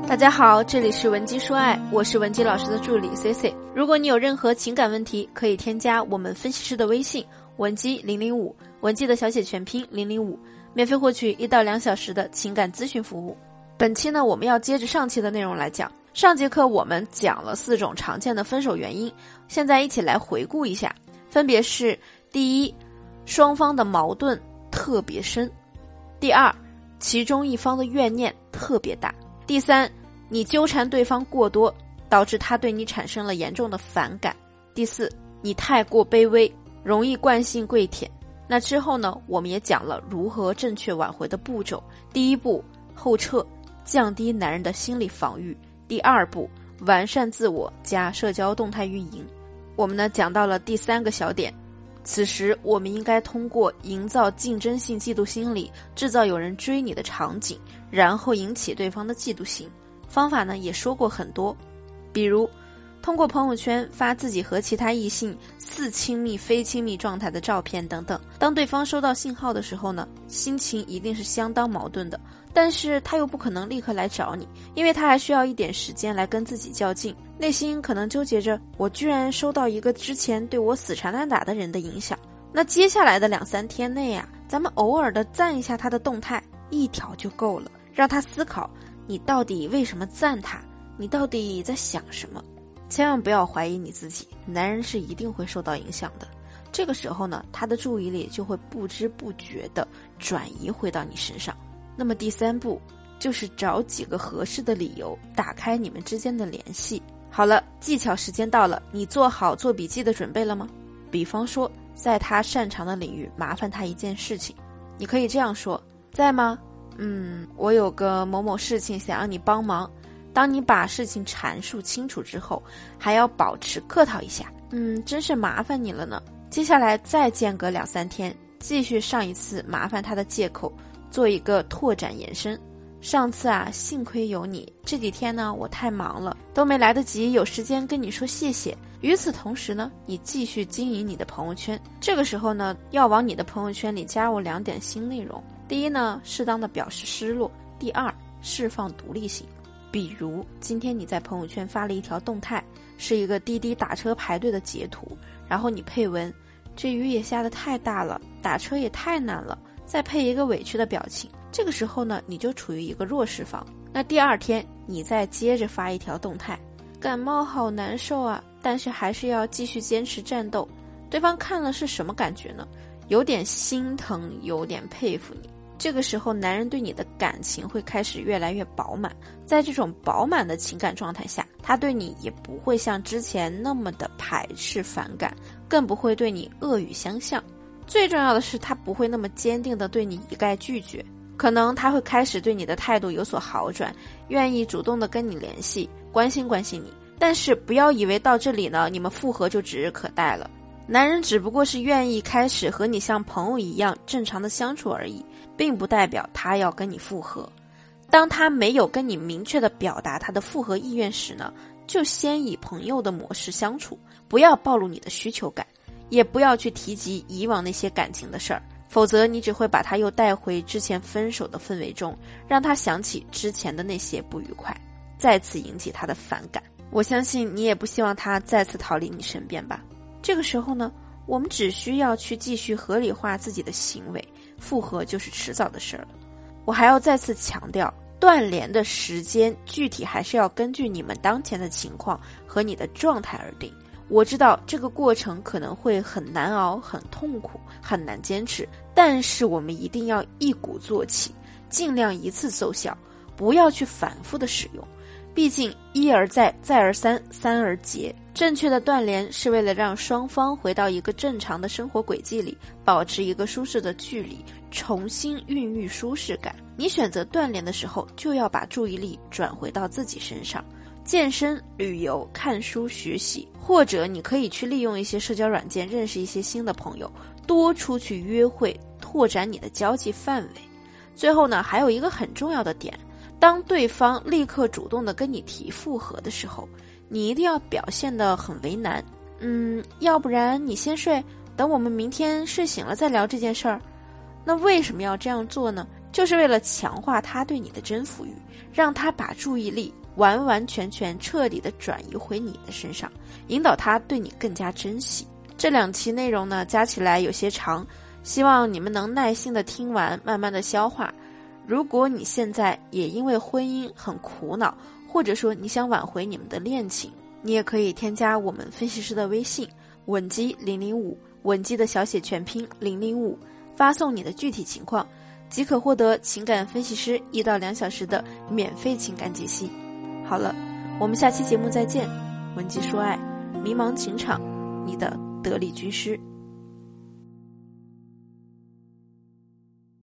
大家好，这里是文姬说爱，我是文姬老师的助理 CC。如果你有任何情感问题，可以添加我们分析师的微信文姬005，文姬的小写全拼005，免费获取1到2小时的情感咨询服务。本期呢，我们要接着上期的内容来讲。上节课我们讲了4种常见的分手原因，现在一起来回顾一下，分别是：第一，双方的矛盾特别深；第二，其中一方的怨念特别大；第三，你纠缠对方过多，导致他对你产生了严重的反感；第四，你太过卑微，容易惯性跪舔。那之后呢，我们也讲了如何正确挽回的步骤。第一步，后撤，降低男人的心理防御；第二步，完善自我加社交动态运营。我们呢讲到了第3个小点，此时我们应该通过营造竞争性嫉妒心理，制造有人追你的场景，然后引起对方的嫉妒心。方法呢也说过很多，比如通过朋友圈发自己和其他异性似亲密非亲密状态的照片等等。当对方收到信号的时候呢，心情一定是相当矛盾的，但是他又不可能立刻来找你，因为他还需要一点时间来跟自己较劲，内心可能纠结着，我居然收到一个之前对我死缠烂打的人的影响。那接下来的2-3天内啊，咱们偶尔的赞一下他的动态，1条就够了，让他思考你到底为什么赞他，你到底在想什么。千万不要怀疑你自己，男人是一定会受到影响的。这个时候呢，他的注意力就会不知不觉地转移回到你身上。那么第3步就是找几个合适的理由打开你们之间的联系。好了，技巧时间到了，你做好做笔记的准备了吗？比方说在他擅长的领域麻烦他一件事情，你可以这样说：在吗？我有个某某事情想让你帮忙。当你把事情阐述清楚之后，还要保持客套一下，真是麻烦你了呢。接下来再间隔2-3天，继续上一次麻烦他的借口，做一个拓展延伸。上次啊，幸亏有你，这几天呢我太忙了，都没来得及有时间跟你说谢谢。与此同时呢，你继续经营你的朋友圈，这个时候呢，要往你的朋友圈里加入2点新内容。第一呢，适当的表示失落；第二，释放独立性。比如今天你在朋友圈发了一条动态，是一个滴滴打车排队的截图，然后你配文：这雨也下得太大了，打车也太难了，再配一个委屈的表情。这个时候呢，你就处于一个弱势方。那第2天你再接着发一条动态：感冒好难受啊，但是还是要继续坚持战斗。对方看了是什么感觉呢？有点心疼，有点佩服你。这个时候男人对你的感情会开始越来越饱满，在这种饱满的情感状态下，他对你也不会像之前那么的排斥反感，更不会对你恶语相向。最重要的是，他不会那么坚定的对你一概拒绝，可能他会开始对你的态度有所好转，愿意主动的跟你联系，关心关心你。但是不要以为到这里呢，你们复合就指日可待了。男人只不过是愿意开始和你像朋友一样正常的相处而已，并不代表他要跟你复合。当他没有跟你明确的表达他的复合意愿时呢，就先以朋友的模式相处，不要暴露你的需求感，也不要去提及以往那些感情的事儿，否则你只会把他又带回之前分手的氛围中，让他想起之前的那些不愉快，再次引起他的反感。我相信你也不希望他再次逃离你身边吧。这个时候呢，我们只需要去继续合理化自己的行为，复合就是迟早的事儿了。我还要再次强调，断联的时间具体还是要根据你们当前的情况和你的状态而定。我知道这个过程可能会很难熬，很痛苦，很难坚持，但是我们一定要一鼓作气，尽量一次奏效，不要去反复的使用。毕竟一而再，再而三，三而竭。正确的断联是为了让双方回到一个正常的生活轨迹里，保持一个舒适的距离，重新孕育舒适感。你选择断联的时候，就要把注意力转回到自己身上，健身、旅游、看书、学习，或者你可以去利用一些社交软件认识一些新的朋友，多出去约会，拓展你的交际范围。最后呢，还有一个很重要的点，当对方立刻主动的跟你提复合的时候，你一定要表现得很为难。要不然你先睡，等我们明天睡醒了再聊这件事儿。那为什么要这样做呢？ 就是为了强化他对你的征服欲，让他把注意力完完全全彻底的转移回你的身上，引导他对你更加珍惜。这2期内容呢，加起来有些长，希望你们能耐心的听完，慢慢的消化。如果你现在也因为婚姻很苦恼，或者说你想挽回你们的恋情，你也可以添加我们分析师的微信文姬005，文姬的小写全拼005，发送你的具体情况，即可获得情感分析师1到2小时的免费情感解析。好了，我们下期节目再见。文姬说爱，迷茫情场，你的得力军师。